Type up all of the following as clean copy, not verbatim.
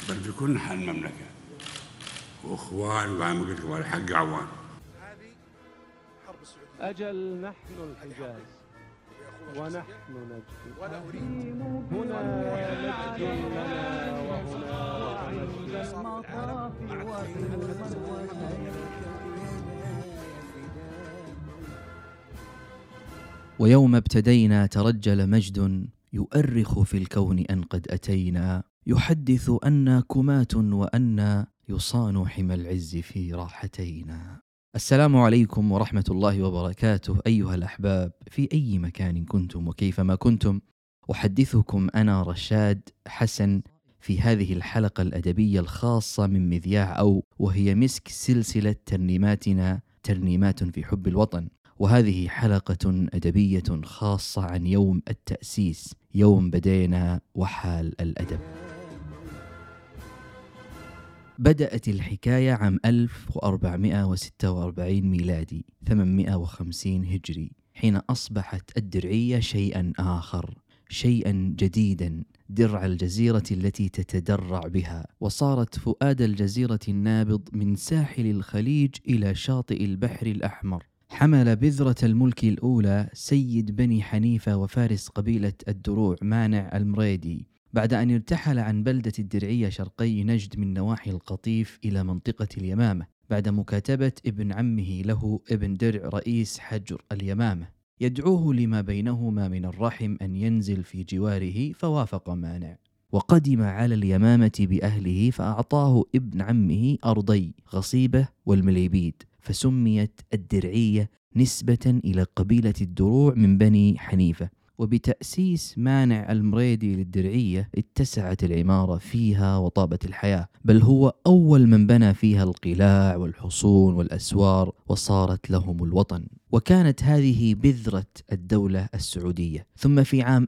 بل في كل حال المملكة وإخوان بعد ما قلت لكم الحق عوان. هذه حرب السعودية. أجل نحن الحجاز ونحن نجد، ولا أريد هنا نجد لنا وهنا ويوم ابتدينا ترجل مجد يؤرخ في الكون أن قد أتينا، يحدث أنا كمات وأنا يصان حمى العز في راحتينا. السلام عليكم ورحمة الله وبركاته أيها الأحباب في أي مكان كنتم وكيفما كنتم. أحدثكم أنا رشاد حسن في هذه الحلقة الأدبية الخاصة من مذياع وهي مسك سلسلة ترنيماتنا ترنيمات في حب الوطن، وهذه حلقة أدبية خاصة عن يوم التأسيس، يوم بدينا وحال الأدب. بدأت الحكاية عام 1446 ميلادي 850 هجري، حين أصبحت الدرعية شيئا آخر، شيئا جديدا، درع الجزيرة التي تتدرع بها، وصارت فؤاد الجزيرة النابض من ساحل الخليج إلى شاطئ البحر الأحمر. حمل بذرة الملك الأولى سيد بني حنيفة وفارس قبيلة الدروع مانع المريدي، بعد أن ارتحل عن بلدة الدرعية شرقي نجد من نواحي القطيف إلى منطقة اليمامة، بعد مكاتبة ابن عمه له ابن درع رئيس حجر اليمامة يدعوه لما بينهما من الرحم أن ينزل في جواره، فوافق مانع وقدم على اليمامة بأهله، فأعطاه ابن عمه أرضي غصيبة والمليبيد، فسميت الدرعية نسبة إلى قبيلة الدروع من بني حنيفة. وبتأسيس مانع المريدي للدرعية اتسعت العمارة فيها وطابت الحياة، بل هو أول من بنى فيها القلاع والحصون والأسوار، وصارت لهم الوطن، وكانت هذه بذرة الدولة السعودية. ثم في عام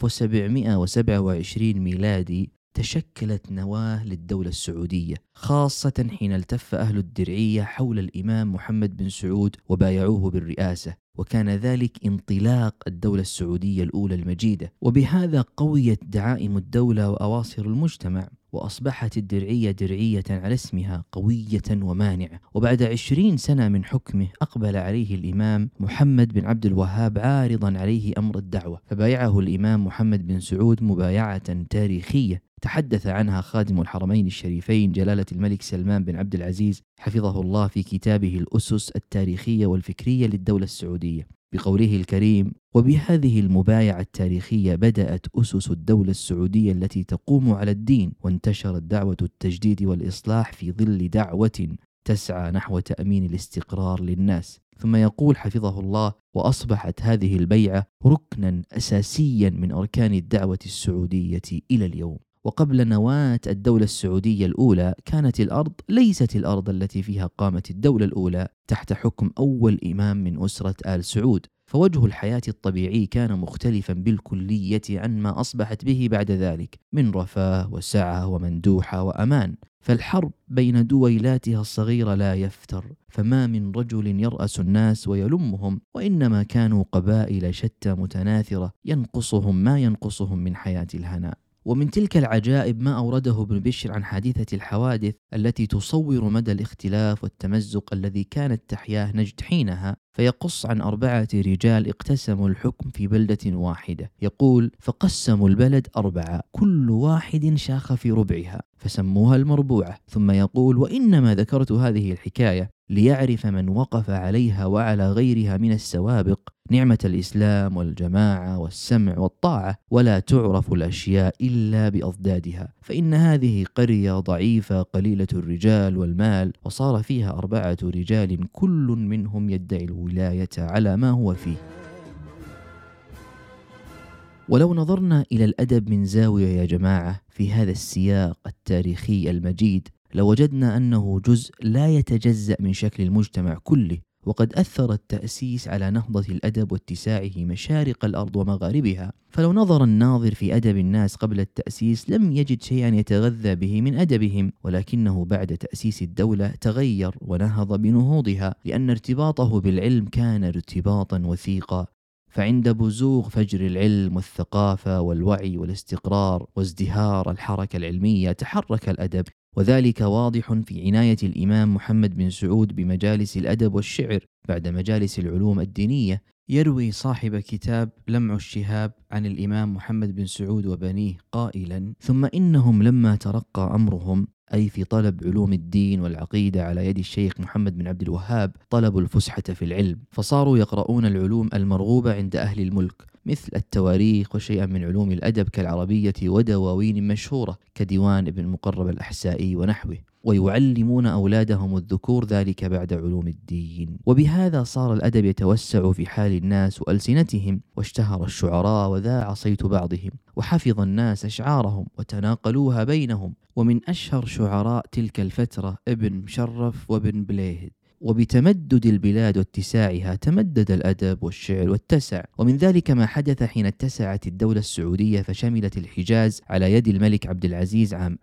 1727 ميلادي تشكلت نواة للدولة السعودية، خاصة حين التف أهل الدرعية حول الإمام محمد بن سعود وبايعوه بالرئاسة، وكان ذلك انطلاق الدولة السعودية الأولى المجيدة. وبهذا قويت دعائم الدولة وأواصر المجتمع، وأصبحت الدرعية درعية على اسمها، قوية ومانعة. وبعد 20 سنة من حكمه أقبل عليه الإمام محمد بن عبد الوهاب عارضا عليه أمر الدعوة، فبايعه الإمام محمد بن سعود مبايعة تاريخية تحدث عنها خادم الحرمين الشريفين جلالة الملك سلمان بن عبد العزيز حفظه الله في كتابه الأسس التاريخية والفكرية للدولة السعودية بقوله الكريم: وبهذه المبايعة التاريخية بدأت أسس الدولة السعودية التي تقوم على الدين، وانتشرت دعوة التجديد والإصلاح في ظل دعوة تسعى نحو تأمين الاستقرار للناس. ثم يقول حفظه الله: وأصبحت هذه البيعة ركنا أساسيا من أركان الدعوة السعودية إلى اليوم. وقبل نواة الدولة السعودية الأولى كانت الأرض ليست الأرض التي فيها قامت الدولة الأولى تحت حكم أول إمام من أسرة آل سعود، فوجه الحياة الطبيعي كان مختلفا بالكلية عن ما أصبحت به بعد ذلك من رفاه وسعة ومندوحة وأمان. فالحرب بين دويلاتها الصغيرة لا يفتر، فما من رجل يرأس الناس ويلمهم، وإنما كانوا قبائل شتى متناثرة ينقصهم ما ينقصهم من حياة الهناء. ومن تلك العجائب ما أورده ابن بشر عن حادثة الحوادث التي تصور مدى الاختلاف والتمزق الذي كانت تحياه نجد حينها، فيقص عن 4 رجال اقتسموا الحكم في بلدة واحدة. يقول: فقسموا البلد 4 كل واحد شاخ في ربعها فسموها المربوعة. ثم يقول: وإنما ذكرت هذه الحكاية ليعرف من وقف عليها وعلى غيرها من السوابق نعمة الإسلام والجماعة والسمع والطاعة، ولا تعرف الأشياء إلا بأضدادها، فإن هذه قرية ضعيفة قليلة الرجال والمال، وصار فيها 4 رجال كل منهم يدعي الولاية على ما هو فيه. ولو نظرنا إلى الأدب من زاوية يا جماعة في هذا السياق التاريخي المجيد، لوجدنا أنه جزء لا يتجزأ من شكل المجتمع كله، وقد أثر التأسيس على نهضة الأدب واتساعه مشارق الأرض ومغاربها. فلو نظر الناظر في أدب الناس قبل التأسيس لم يجد شيئا يتغذى به من أدبهم، ولكنه بعد تأسيس الدولة تغير ونهض بنهوضها، لأن ارتباطه بالعلم كان ارتباطا وثيقا، فعند بزوغ فجر العلم والثقافة والوعي والاستقرار وازدهار الحركة العلمية تحرك الأدب، وذلك واضح في عناية الإمام محمد بن سعود بمجالس الأدب والشعر بعد مجالس العلوم الدينية. يروي صاحب كتاب لمع الشهاب عن الإمام محمد بن سعود وبنيه قائلا: ثم إنهم لما ترقى أمرهم، أي في طلب علوم الدين والعقيدة على يد الشيخ محمد بن عبد الوهاب، طلبوا الفسحة في العلم، فصاروا يقرؤون العلوم المرغوبة عند أهل الملك مثل التواريخ وشيئا من علوم الأدب كالعربية ودواوين مشهورة كديوان ابن مقرب الأحسائي ونحوه، ويعلمون أولادهم الذكور ذلك بعد علوم الدين. وبهذا صار الأدب يتوسع في حال الناس وألسنتهم، واشتهر الشعراء وذاع صيت بعضهم، وحفظ الناس أشعارهم وتناقلوها بينهم. ومن أشهر شعراء تلك الفترة ابن مشرف وابن بليهد. وبتمدد البلاد واتساعها تمدد الأدب والشعر واتسع، ومن ذلك ما حدث حين اتسعت الدولة السعودية فشملت الحجاز على يد الملك عبد العزيز عام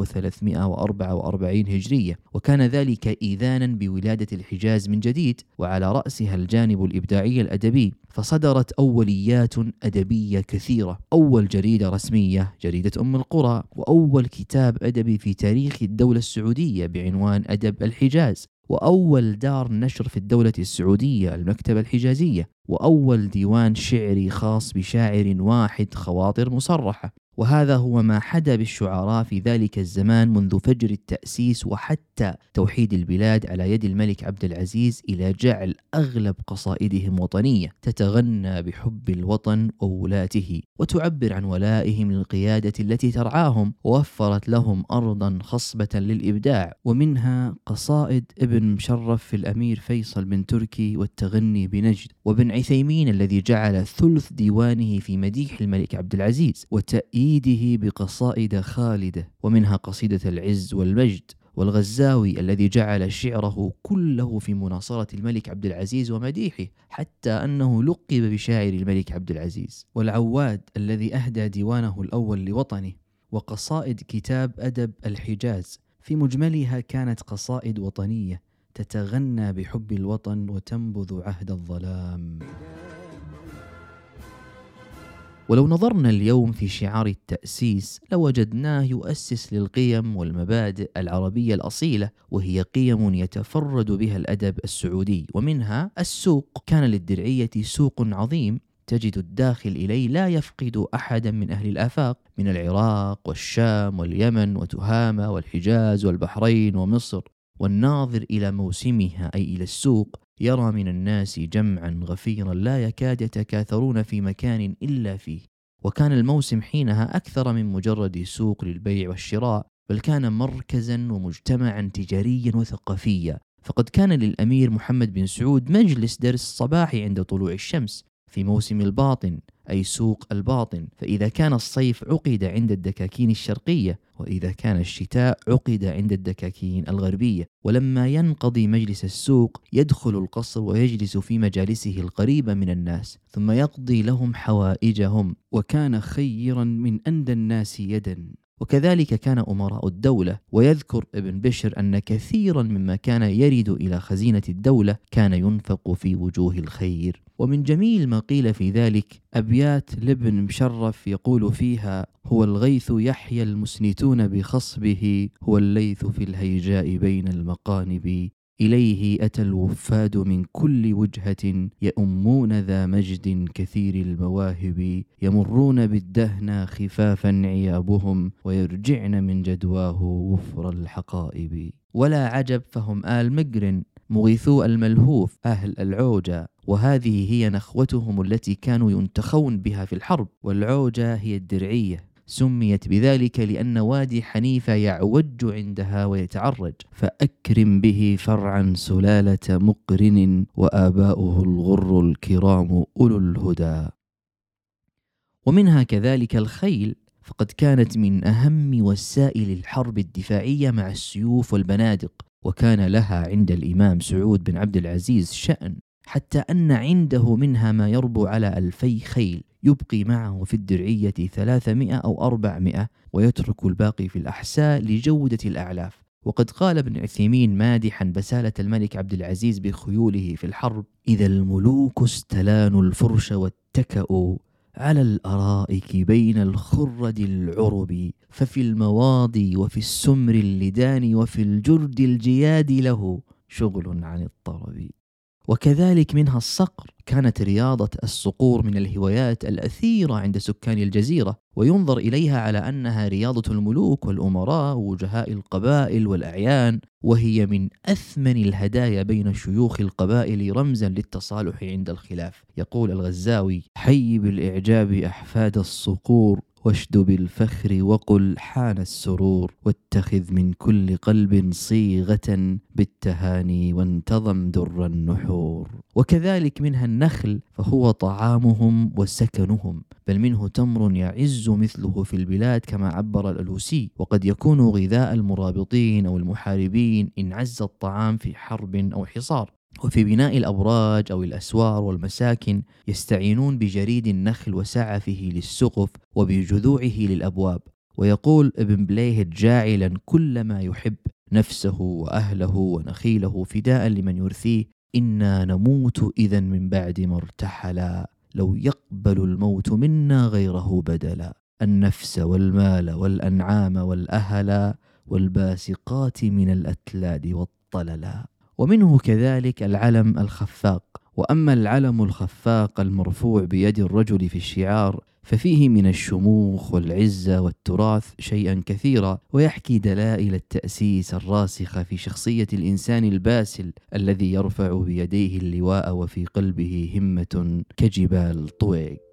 1344 هجرية، وكان ذلك إيذانا بولادة الحجاز من جديد، وعلى رأسها الجانب الإبداعي الأدبي، فصدرت أوليات أدبية كثيرة. أول جريدة رسمية جريدة أم القرى، وأول كتاب أدبي في تاريخ الدولة السعودية بعنوان أدب الحجاز، وأول دار نشر في الدولة السعودية المكتبة الحجازية، وأول ديوان شعري خاص بشاعر واحد خواطر مصرحة. وهذا هو ما حدا بالشعراء في ذلك الزمان منذ فجر التأسيس وحتى توحيد البلاد على يد الملك عبد العزيز، إلى جعل أغلب قصائدهم وطنية تتغنى بحب الوطن وولاته، وتعبر عن ولائهم للقيادة التي ترعاهم، ووفرت لهم أرضا خصبة للإبداع. ومنها قصائد ابن مشرف في الأمير فيصل بن تركي والتغني بنجد، وابن عثيمين الذي جعل ثلث ديوانه في مديح الملك عبد العزيز وتأييده بقصائد خالدة، ومنها قصيدة العز والمجد. والغزاوي الذي جعل شعره كله في مناصرة الملك عبد العزيز ومديحه، حتى أنه لقب بشاعر الملك عبد العزيز. والعواد الذي أهدى ديوانه الأول لوطنه. وقصائد كتاب أدب الحجاز في مجملها كانت قصائد وطنية تتغنى بحب الوطن وتنبذ عهد الظلام. ولو نظرنا اليوم في شعار التأسيس لوجدناه يؤسس للقيم والمبادئ العربية الأصيلة، وهي قيم يتفرد بها الأدب السعودي. ومنها السوق. كان للدرعية سوق عظيم تجد الداخل إليه لا يفقد أحدا من أهل الآفاق، من العراق والشام واليمن وتهامة والحجاز والبحرين ومصر. والناظر إلى موسمها أي إلى السوق يرى من الناس جمعا غفيرا لا يكاد يتكاثرون في مكان إلا فيه. وكان الموسم حينها أكثر من مجرد سوق للبيع والشراء، بل كان مركزا ومجتمعا تجاريا وثقافيا. فقد كان للأمير محمد بن سعود مجلس درس صباحي عند طلوع الشمس في موسم الباطن أي سوق الباطن، فإذا كان الصيف عقد عند الدكاكين الشرقية، وإذا كان الشتاء عقد عند الدكاكين الغربية. ولما ينقضي مجلس السوق يدخل القصر ويجلس في مجالسه القريبة من الناس، ثم يقضي لهم حوائجهم، وكان خيرا من أندى الناس يدا. وكذلك كان أمراء الدولة. ويذكر ابن بشر أن كثيرا مما كان يرد إلى خزينة الدولة كان ينفق في وجوه الخير. ومن جميل ما قيل في ذلك أبيات لابن مشرف يقول فيها: هو الغيث يحيى المسنتون بخصبه، هو الليث في الهيجاء بين المقانب، إليه أتى الوفاد من كل وجهة، يؤمون ذا مجد كثير المواهب، يمرون بالدهنا خفافا عيابهم، ويرجعن من جدواه وفر الحقائب. ولا عجب فهم آل مقرن مغيثو الملهوف أهل العوجة، وهذه هي نخوتهم التي كانوا ينتخون بها في الحرب. والعوجة هي الدرعية، سميت بذلك لأن وادي حنيفة يعوج عندها ويتعرج، فأكرم به فرعا سلالة مقرن، وآباؤه الغر الكرام أولو الهدى. ومنها كذلك الخيل، فقد كانت من أهم وسائل الحرب الدفاعية مع السيوف والبنادق، وكان لها عند الإمام سعود بن عبد العزيز شأن، حتى أن عنده منها ما يربو على 2000 خيل، يبقي معه في الدرعية 300 أو 400، ويترك الباقي في الأحساء لجودة الأعلاف. وقد قال ابن عثيمين مادحا بسالة الملك عبد العزيز بخيوله في الحرب: إذا الملوك استلانوا الفرش واتكأوا على الأرائك بين الخرد العرب، ففي المواضي وفي السمر اللدان وفي الجرد الجياد له شغل عن الطرب. وكذلك منها الصقر. كانت رياضة الصقور من الهوايات الأثيرة عند سكان الجزيرة، وينظر إليها على أنها رياضة الملوك والأمراء ووجهاء القبائل والأعيان، وهي من أثمن الهدايا بين شيوخ القبائل رمزا للتصالح عند الخلاف. يقول الغزاوي: حي بالإعجاب أحفاد الصقور، واشد بالفخر وقل حان السرور، واتخذ من كل قلب صيغة بالتهاني وانتظم در النحور. وكذلك منها النخل، فهو طعامهم وسكنهم، بل منه تمر يعز مثله في البلاد كما عبر الألوسي، وقد يكون غذاء المرابطين أو المحاربين إن عز الطعام في حرب أو حصار. وفي بناء الأبراج أو الأسوار والمساكن يستعينون بجريد النخل وسعفه للسقف وبجذوعه للأبواب. ويقول ابن بليهد جاعلا كل ما يحب نفسه وأهله ونخيله فداء لمن يرثيه: إنا نموت إذا من بعد ما ارتحلا، لو يقبل الموت منا غيره بدلا، النفس والمال والأنعام والأهلا، والباسقات من الأتلاد والطللا. ومنه كذلك العلم الخفاق. وأما العلم الخفاق المرفوع بيد الرجل في الشعار ففيه من الشموخ والعزة والتراث شيئا كثيرا، ويحكي دلائل التأسيس الراسخة في شخصية الإنسان الباسل الذي يرفع بيديه اللواء وفي قلبه همة كجبال طويق.